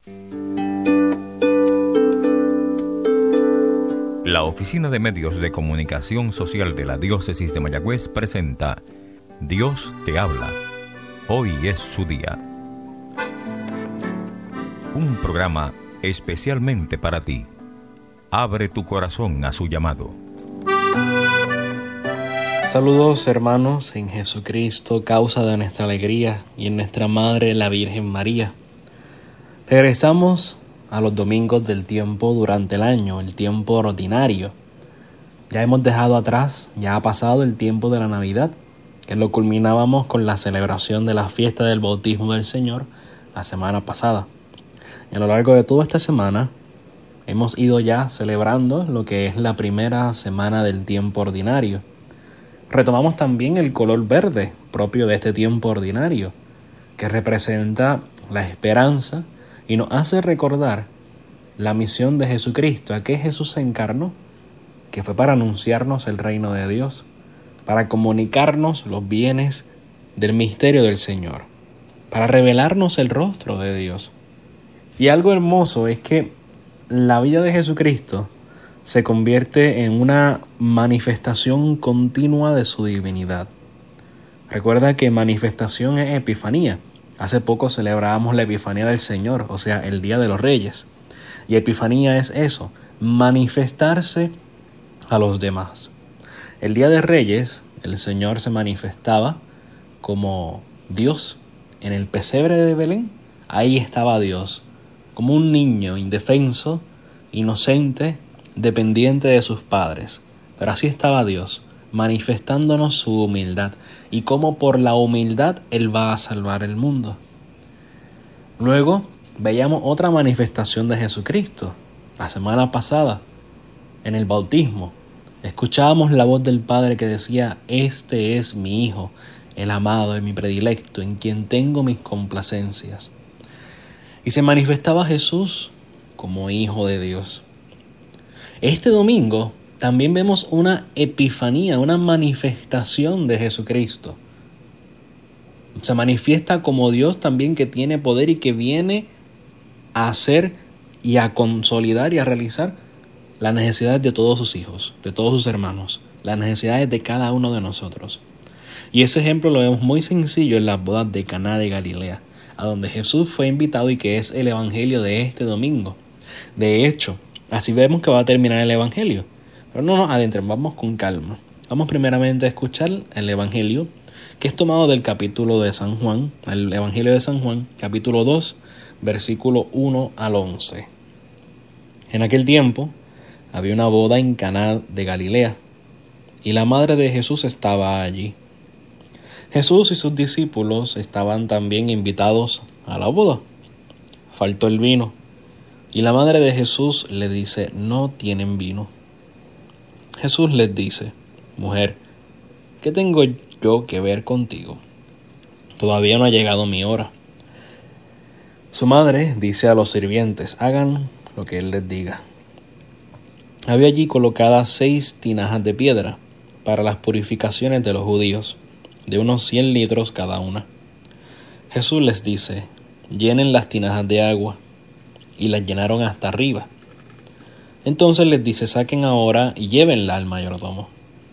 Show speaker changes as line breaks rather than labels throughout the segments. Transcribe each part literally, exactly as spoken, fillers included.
La Oficina de Medios de Comunicación Social de la Diócesis de Mayagüez presenta Dios te habla. Hoy es su día. Un programa especialmente para ti. Abre tu corazón a su llamado.
Saludos, hermanos, en Jesucristo, causa de nuestra alegría, y en nuestra Madre, la Virgen María. Regresamos a los domingos del tiempo durante el año, el tiempo ordinario. Ya hemos dejado atrás, ya ha pasado el tiempo de la Navidad, que lo culminábamos con la celebración de la fiesta del bautismo del Señor la semana pasada. Y a lo largo de toda esta semana hemos ido ya celebrando lo que es la primera semana del tiempo ordinario. Retomamos también el color verde propio de este tiempo ordinario, que representa la esperanza y nos hace recordar la misión de Jesucristo, a que Jesús se encarnó, que fue para anunciarnos el reino de Dios, para comunicarnos los bienes del misterio del Señor, para revelarnos el rostro de Dios. Y algo hermoso es que la vida de Jesucristo se convierte en una manifestación continua de su divinidad. Recuerda que manifestación es epifanía. Hace poco celebrábamos la Epifanía del Señor, o sea, el Día de los Reyes. Y Epifanía es eso, manifestarse a los demás. El Día de Reyes, el Señor se manifestaba como Dios. En el pesebre de Belén, ahí estaba Dios, como un niño indefenso, inocente, dependiente de sus padres. Pero así estaba Dios, manifestándonos su humildad y cómo por la humildad Él va a salvar el mundo. Luego veíamos otra manifestación de Jesucristo. La semana pasada, en el bautismo, escuchábamos la voz del Padre que decía: este es mi Hijo, el amado, mi predilecto, en quien tengo mis complacencias. Y se manifestaba Jesús como Hijo de Dios. Este domingo también vemos una epifanía, una manifestación de Jesucristo. Se manifiesta como Dios también, que tiene poder y que viene a hacer y a consolidar y a realizar las necesidades de todos sus hijos, de todos sus hermanos, las necesidades de cada uno de nosotros. Y ese ejemplo lo vemos muy sencillo en las bodas de Caná de Galilea, a donde Jesús fue invitado y que es el evangelio de este domingo. De hecho, así vemos que va a terminar el evangelio. Pero no nos adentremos, vamos con calma. Vamos primeramente a escuchar el evangelio, que es tomado del capítulo de San Juan, el evangelio de San Juan, capítulo dos, versículo uno al once. En aquel tiempo había una boda en Caná de Galilea, y la madre de Jesús estaba allí. Jesús y sus discípulos estaban también invitados a la boda. Faltó el vino, y la madre de Jesús le dice: no tienen vino. Jesús les dice: mujer, ¿qué tengo yo que ver contigo? Todavía no ha llegado mi hora. Su madre dice a los sirvientes: hagan lo que él les diga. Había allí colocadas seis tinajas de piedra para las purificaciones de los judíos, de unos cien litros cada una. Jesús les dice: llenen las tinajas de agua, y las llenaron hasta arriba. Entonces les dice: saquen ahora y llévenla al mayordomo.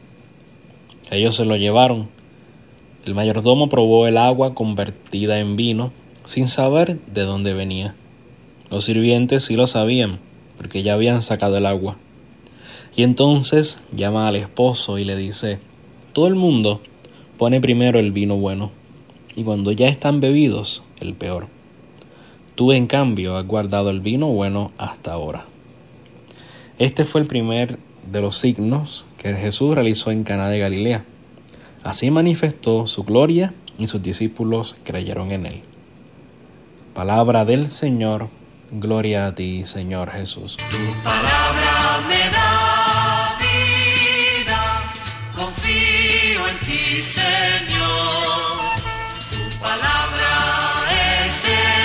Ellos se lo llevaron. El mayordomo probó el agua convertida en vino, sin saber de dónde venía. Los sirvientes sí lo sabían, porque ya habían sacado el agua. Y entonces llama al esposo y le dice: todo el mundo pone primero el vino bueno, y cuando ya están bebidos, el peor. Tú, en cambio, has guardado el vino bueno hasta ahora. Este fue el primer de los signos que Jesús realizó en Caná de Galilea. Así manifestó su gloria y sus discípulos creyeron en él. Palabra del Señor. Gloria a ti, Señor Jesús.
Tu palabra me da vida, confío en ti, Señor. Tu palabra es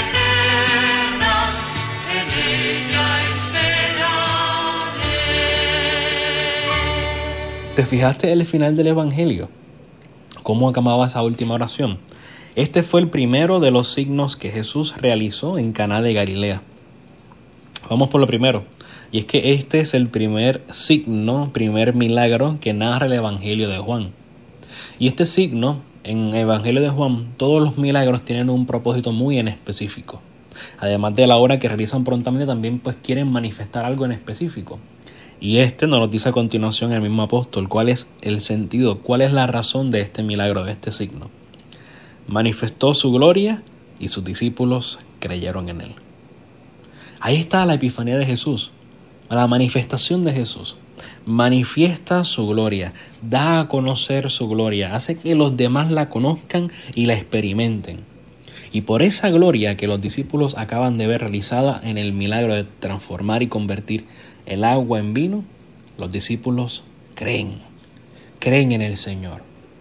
eterna, en ella esperaré.
¿Te fijaste en el final del Evangelio? ¿Cómo acababa esa última oración? Este fue el primero de los signos que Jesús realizó en Caná de Galilea. Vamos por lo primero, y es que este es el primer signo, primer milagro que narra el Evangelio de Juan. Y este signo, en el Evangelio de Juan, todos los milagros tienen un propósito muy en específico. Además de la obra que realizan prontamente, también pues quieren manifestar algo en específico. Y este nos lo dice a continuación el mismo apóstol, cuál es el sentido, cuál es la razón de este milagro, de este signo. Manifestó su gloria y sus discípulos creyeron en él. Ahí está la epifanía de Jesús, la manifestación de Jesús. Manifiesta su gloria, da a conocer su gloria, hace que los demás la conozcan y la experimenten. Y por esa gloria que los discípulos acaban de ver realizada en el milagro de transformar y convertir el agua en vino, los discípulos creen, creen en el Señor.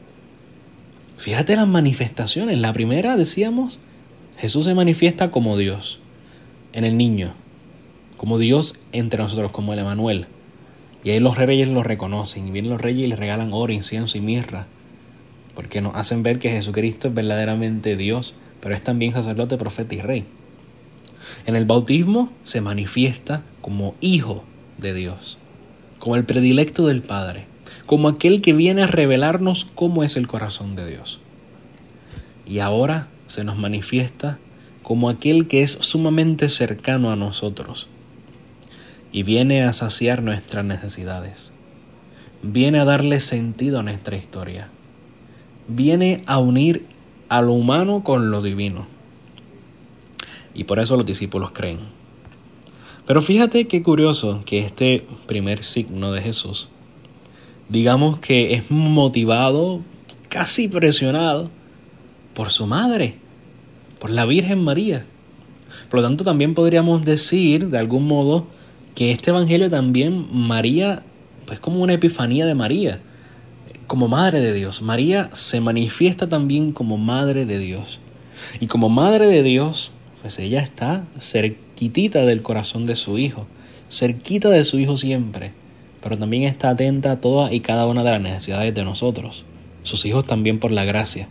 Fíjate las manifestaciones. La primera, decíamos, Jesús se manifiesta como Dios en el niño, como Dios entre nosotros, como el Emanuel. Y ahí los reyes lo reconocen, y vienen los reyes y le regalan oro, incienso y mirra, porque nos hacen ver que Jesucristo es verdaderamente Dios, pero es también sacerdote, profeta y rey. En el bautismo se manifiesta como hijo de Dios, como el predilecto del Padre, como aquel que viene a revelarnos cómo es el corazón de Dios. Y ahora se nos manifiesta como aquel que es sumamente cercano a nosotros y viene a saciar nuestras necesidades, viene a darle sentido a nuestra historia, viene a unir a lo humano con lo divino. Y por eso los discípulos creen. Pero fíjate qué curioso que este primer signo de Jesús, digamos que es motivado, casi presionado, por su madre, por la Virgen María. Por lo tanto, también podríamos decir, de algún modo, que este evangelio también, María, pues como una epifanía de María, como Madre de Dios. María se manifiesta también como Madre de Dios. Y como Madre de Dios, pues ella está cerquitita del corazón de su Hijo, cerquita de su Hijo siempre, pero también está atenta a todas y cada una de las necesidades de nosotros, sus hijos también por la gracia.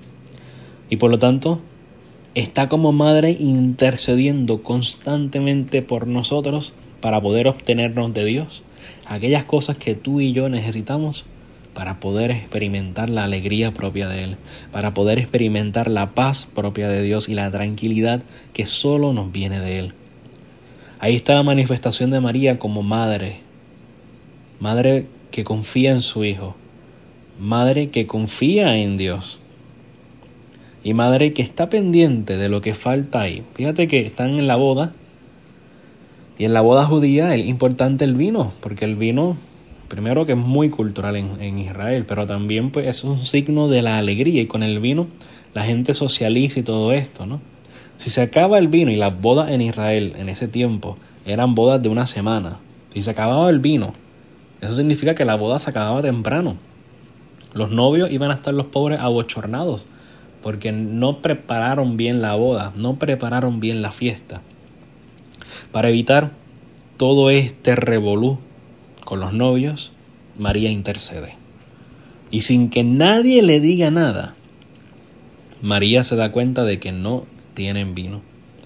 Y por lo tanto, está como Madre intercediendo constantemente por nosotros para poder obtenernos de Dios aquellas cosas que tú y yo necesitamos para poder experimentar la alegría propia de Él, para poder experimentar la paz propia de Dios y la tranquilidad que solo nos viene de Él. Ahí está la manifestación de María como madre, madre que confía en su Hijo, madre que confía en Dios y madre que está pendiente de lo que falta ahí. Fíjate que están en la boda y en la boda judía es importante el vino, porque el vino, primero que es muy cultural en, en Israel, pero también pues es un signo de la alegría y con el vino la gente socializa y todo esto, ¿no? Si se acaba el vino, y las bodas en Israel en ese tiempo eran bodas de una semana, si se acababa el vino, eso significa que la boda se acababa temprano. Los novios iban a estar los pobres abochornados porque no prepararon bien la boda, no prepararon bien la fiesta. Para evitar todo este revolú con los novios, María intercede. Y sin que nadie le diga nada, María se da cuenta de que no tienen vino.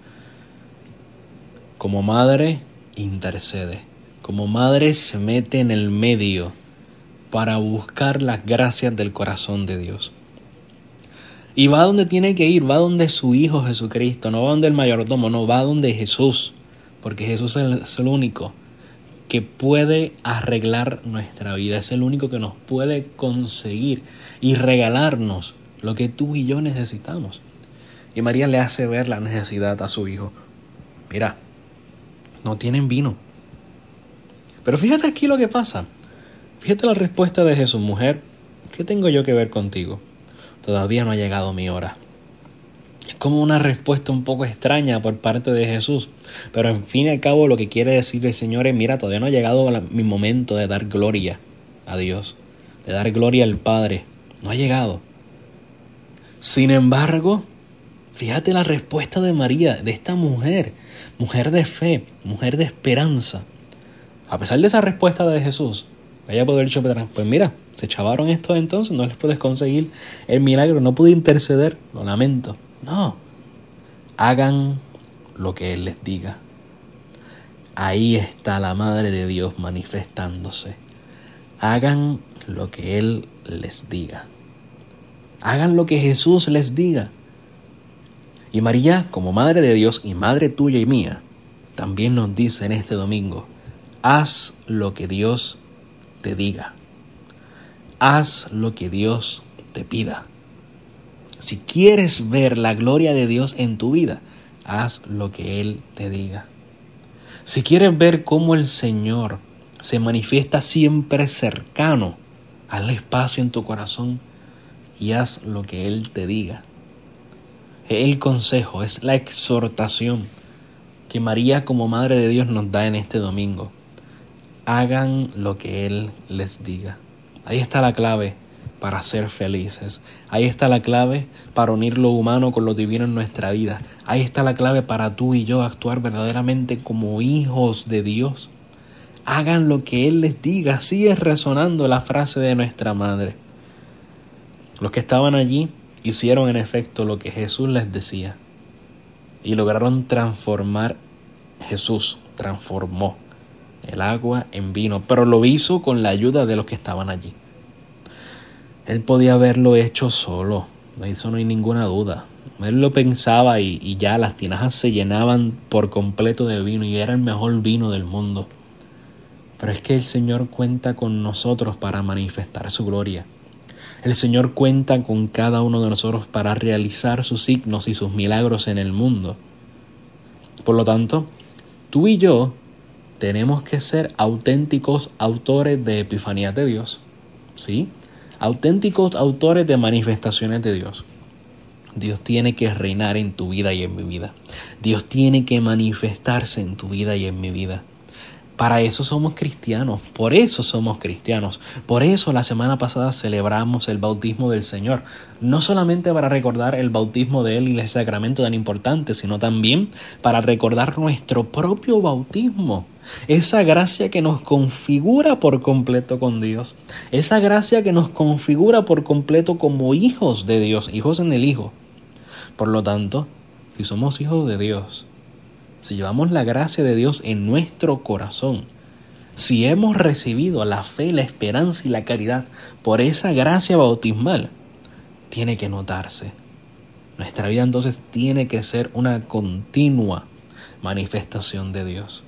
Como madre, intercede. Como madre, se mete en el medio para buscar las gracias del corazón de Dios. Y va donde tiene que ir, va donde su Hijo Jesucristo, no va donde el mayordomo, no, va donde Jesús, porque Jesús es el único que puede arreglar nuestra vida, es el único que nos puede conseguir y regalarnos lo que tú y yo necesitamos. Y María le hace ver la necesidad a su Hijo. Mira, no tienen vino. Pero fíjate aquí lo que pasa. Fíjate la respuesta de Jesús: mujer, ¿qué tengo yo que ver contigo? Todavía no ha llegado mi hora. Es como una respuesta un poco extraña por parte de Jesús, pero en fin y al cabo lo que quiere decir el Señor es: mira, todavía no ha llegado la, mi momento de dar gloria a Dios, de dar gloria al Padre. No ha llegado. Sin embargo, fíjate la respuesta de María, de esta mujer, mujer de fe, mujer de esperanza. A pesar de esa respuesta de Jesús, ella puede haber dicho: pues mira, se chavaron estos entonces, no les puedes conseguir el milagro, no pude interceder, lo lamento. No, hagan lo que Él les diga. ahí está la Madre de Dios manifestándose. Hagan lo que Él les diga. Hagan lo que Jesús les diga. Y María, como Madre de Dios y Madre tuya y mía, también nos dice en este domingo, haz lo que Dios te diga. Haz lo que Dios te pida. Si quieres ver la gloria de Dios en tu vida, haz lo que Él te diga. Si quieres ver cómo el Señor se manifiesta siempre cercano, hazle espacio en tu corazón y haz lo que Él te diga. El consejo, es la exhortación que María como Madre de Dios nos da en este domingo. Hagan lo que Él les diga. Ahí está la clave para ser felices. Ahí está la clave para unir lo humano con lo divino en nuestra vida. Ahí está la clave para tú y yo actuar verdaderamente como hijos de Dios. Hagan lo que Él les diga. Sigue resonando la frase de nuestra Madre. Los que estaban allí hicieron en efecto lo que Jesús les decía y lograron transformar. Jesús transformó el agua en vino, pero lo hizo con la ayuda de los que estaban allí. Él podía haberlo hecho solo, de eso no hay ninguna duda. Él lo pensaba y, y ya las tinajas se llenaban por completo de vino y era el mejor vino del mundo. Pero es que el Señor cuenta con nosotros para manifestar su gloria. El Señor cuenta con cada uno de nosotros para realizar sus signos y sus milagros en el mundo. Por lo tanto, tú y yo tenemos que ser auténticos autores de epifanías de Dios. ¿Sí? Auténticos autores de manifestaciones de Dios. Dios tiene que reinar en tu vida y en mi vida. Dios tiene que manifestarse en tu vida y en mi vida. Para eso somos cristianos, por eso somos cristianos. Por eso la semana pasada celebramos el bautismo del Señor. No solamente para recordar el bautismo de Él y el sacramento tan importante, sino también para recordar nuestro propio bautismo. Esa gracia que nos configura por completo con Dios. Esa gracia que nos configura por completo como hijos de Dios, hijos en el Hijo. Por lo tanto, si somos hijos de Dios, si llevamos la gracia de Dios en nuestro corazón, si hemos recibido la fe, la esperanza y la caridad por esa gracia bautismal, tiene que notarse. Nuestra vida entonces tiene que ser una continua manifestación de Dios.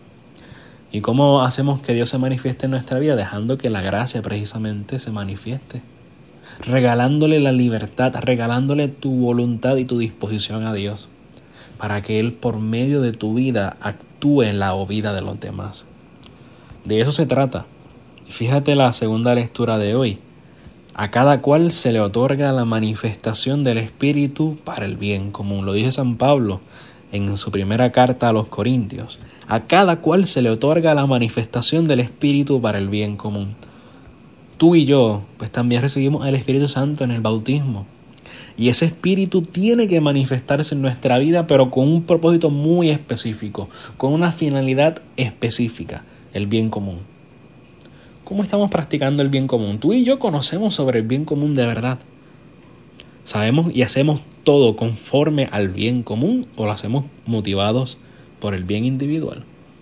¿Y cómo hacemos que Dios se manifieste en nuestra vida? Dejando que la gracia precisamente se manifieste. Regalándole la libertad, regalándole tu voluntad y tu disposición a Dios, para que Él por medio de tu vida actúe en la vida de los demás. De eso se trata. Fíjate la segunda lectura de hoy. A cada cual se le otorga la manifestación del Espíritu para el bien común. Lo dice San Pablo en su primera carta a los Corintios. A cada cual se le otorga la manifestación del Espíritu para el bien común. Tú y yo, pues también recibimos el Espíritu Santo en el bautismo. Y ese Espíritu tiene que manifestarse en nuestra vida, pero con un propósito muy específico, con una finalidad específica, el bien común. ¿Cómo estamos practicando el bien común? Tú y yo conocemos sobre el bien común de verdad. ¿Sabemos y hacemos todo conforme al bien común o lo hacemos motivados por el bien individual?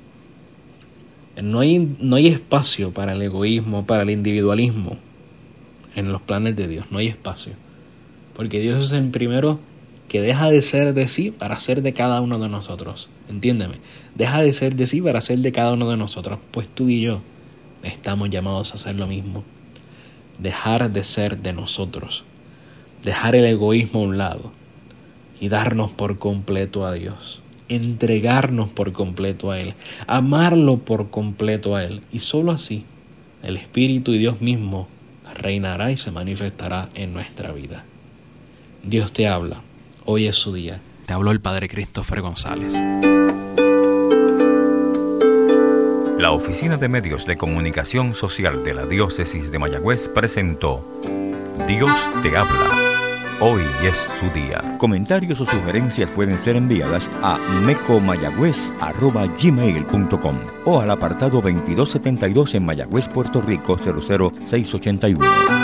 No hay, no hay espacio para el egoísmo, para el individualismo en los planes de Dios, no hay espacio. Porque Dios es el primero que deja de ser de sí para ser de cada uno de nosotros. Entiéndeme, deja de ser de sí para ser de cada uno de nosotros. Pues tú y yo estamos llamados a hacer lo mismo. Dejar de ser de nosotros. Dejar el egoísmo a un lado y darnos por completo a Dios. Entregarnos por completo a Él. Amarlo por completo a Él. Y solo así el Espíritu y Dios mismo reinará y se manifestará en nuestra vida. Dios te habla, hoy es su día. Te habló el Padre Christopher González.
La Oficina de Medios de Comunicación Social de la Diócesis de Mayagüez presentó Dios te habla, hoy es su día. Comentarios o sugerencias pueden ser enviadas a mecomayagüez arroba gmail punto com o al apartado veintidós setenta y dos en Mayagüez, Puerto Rico cero cero seis ochenta y uno.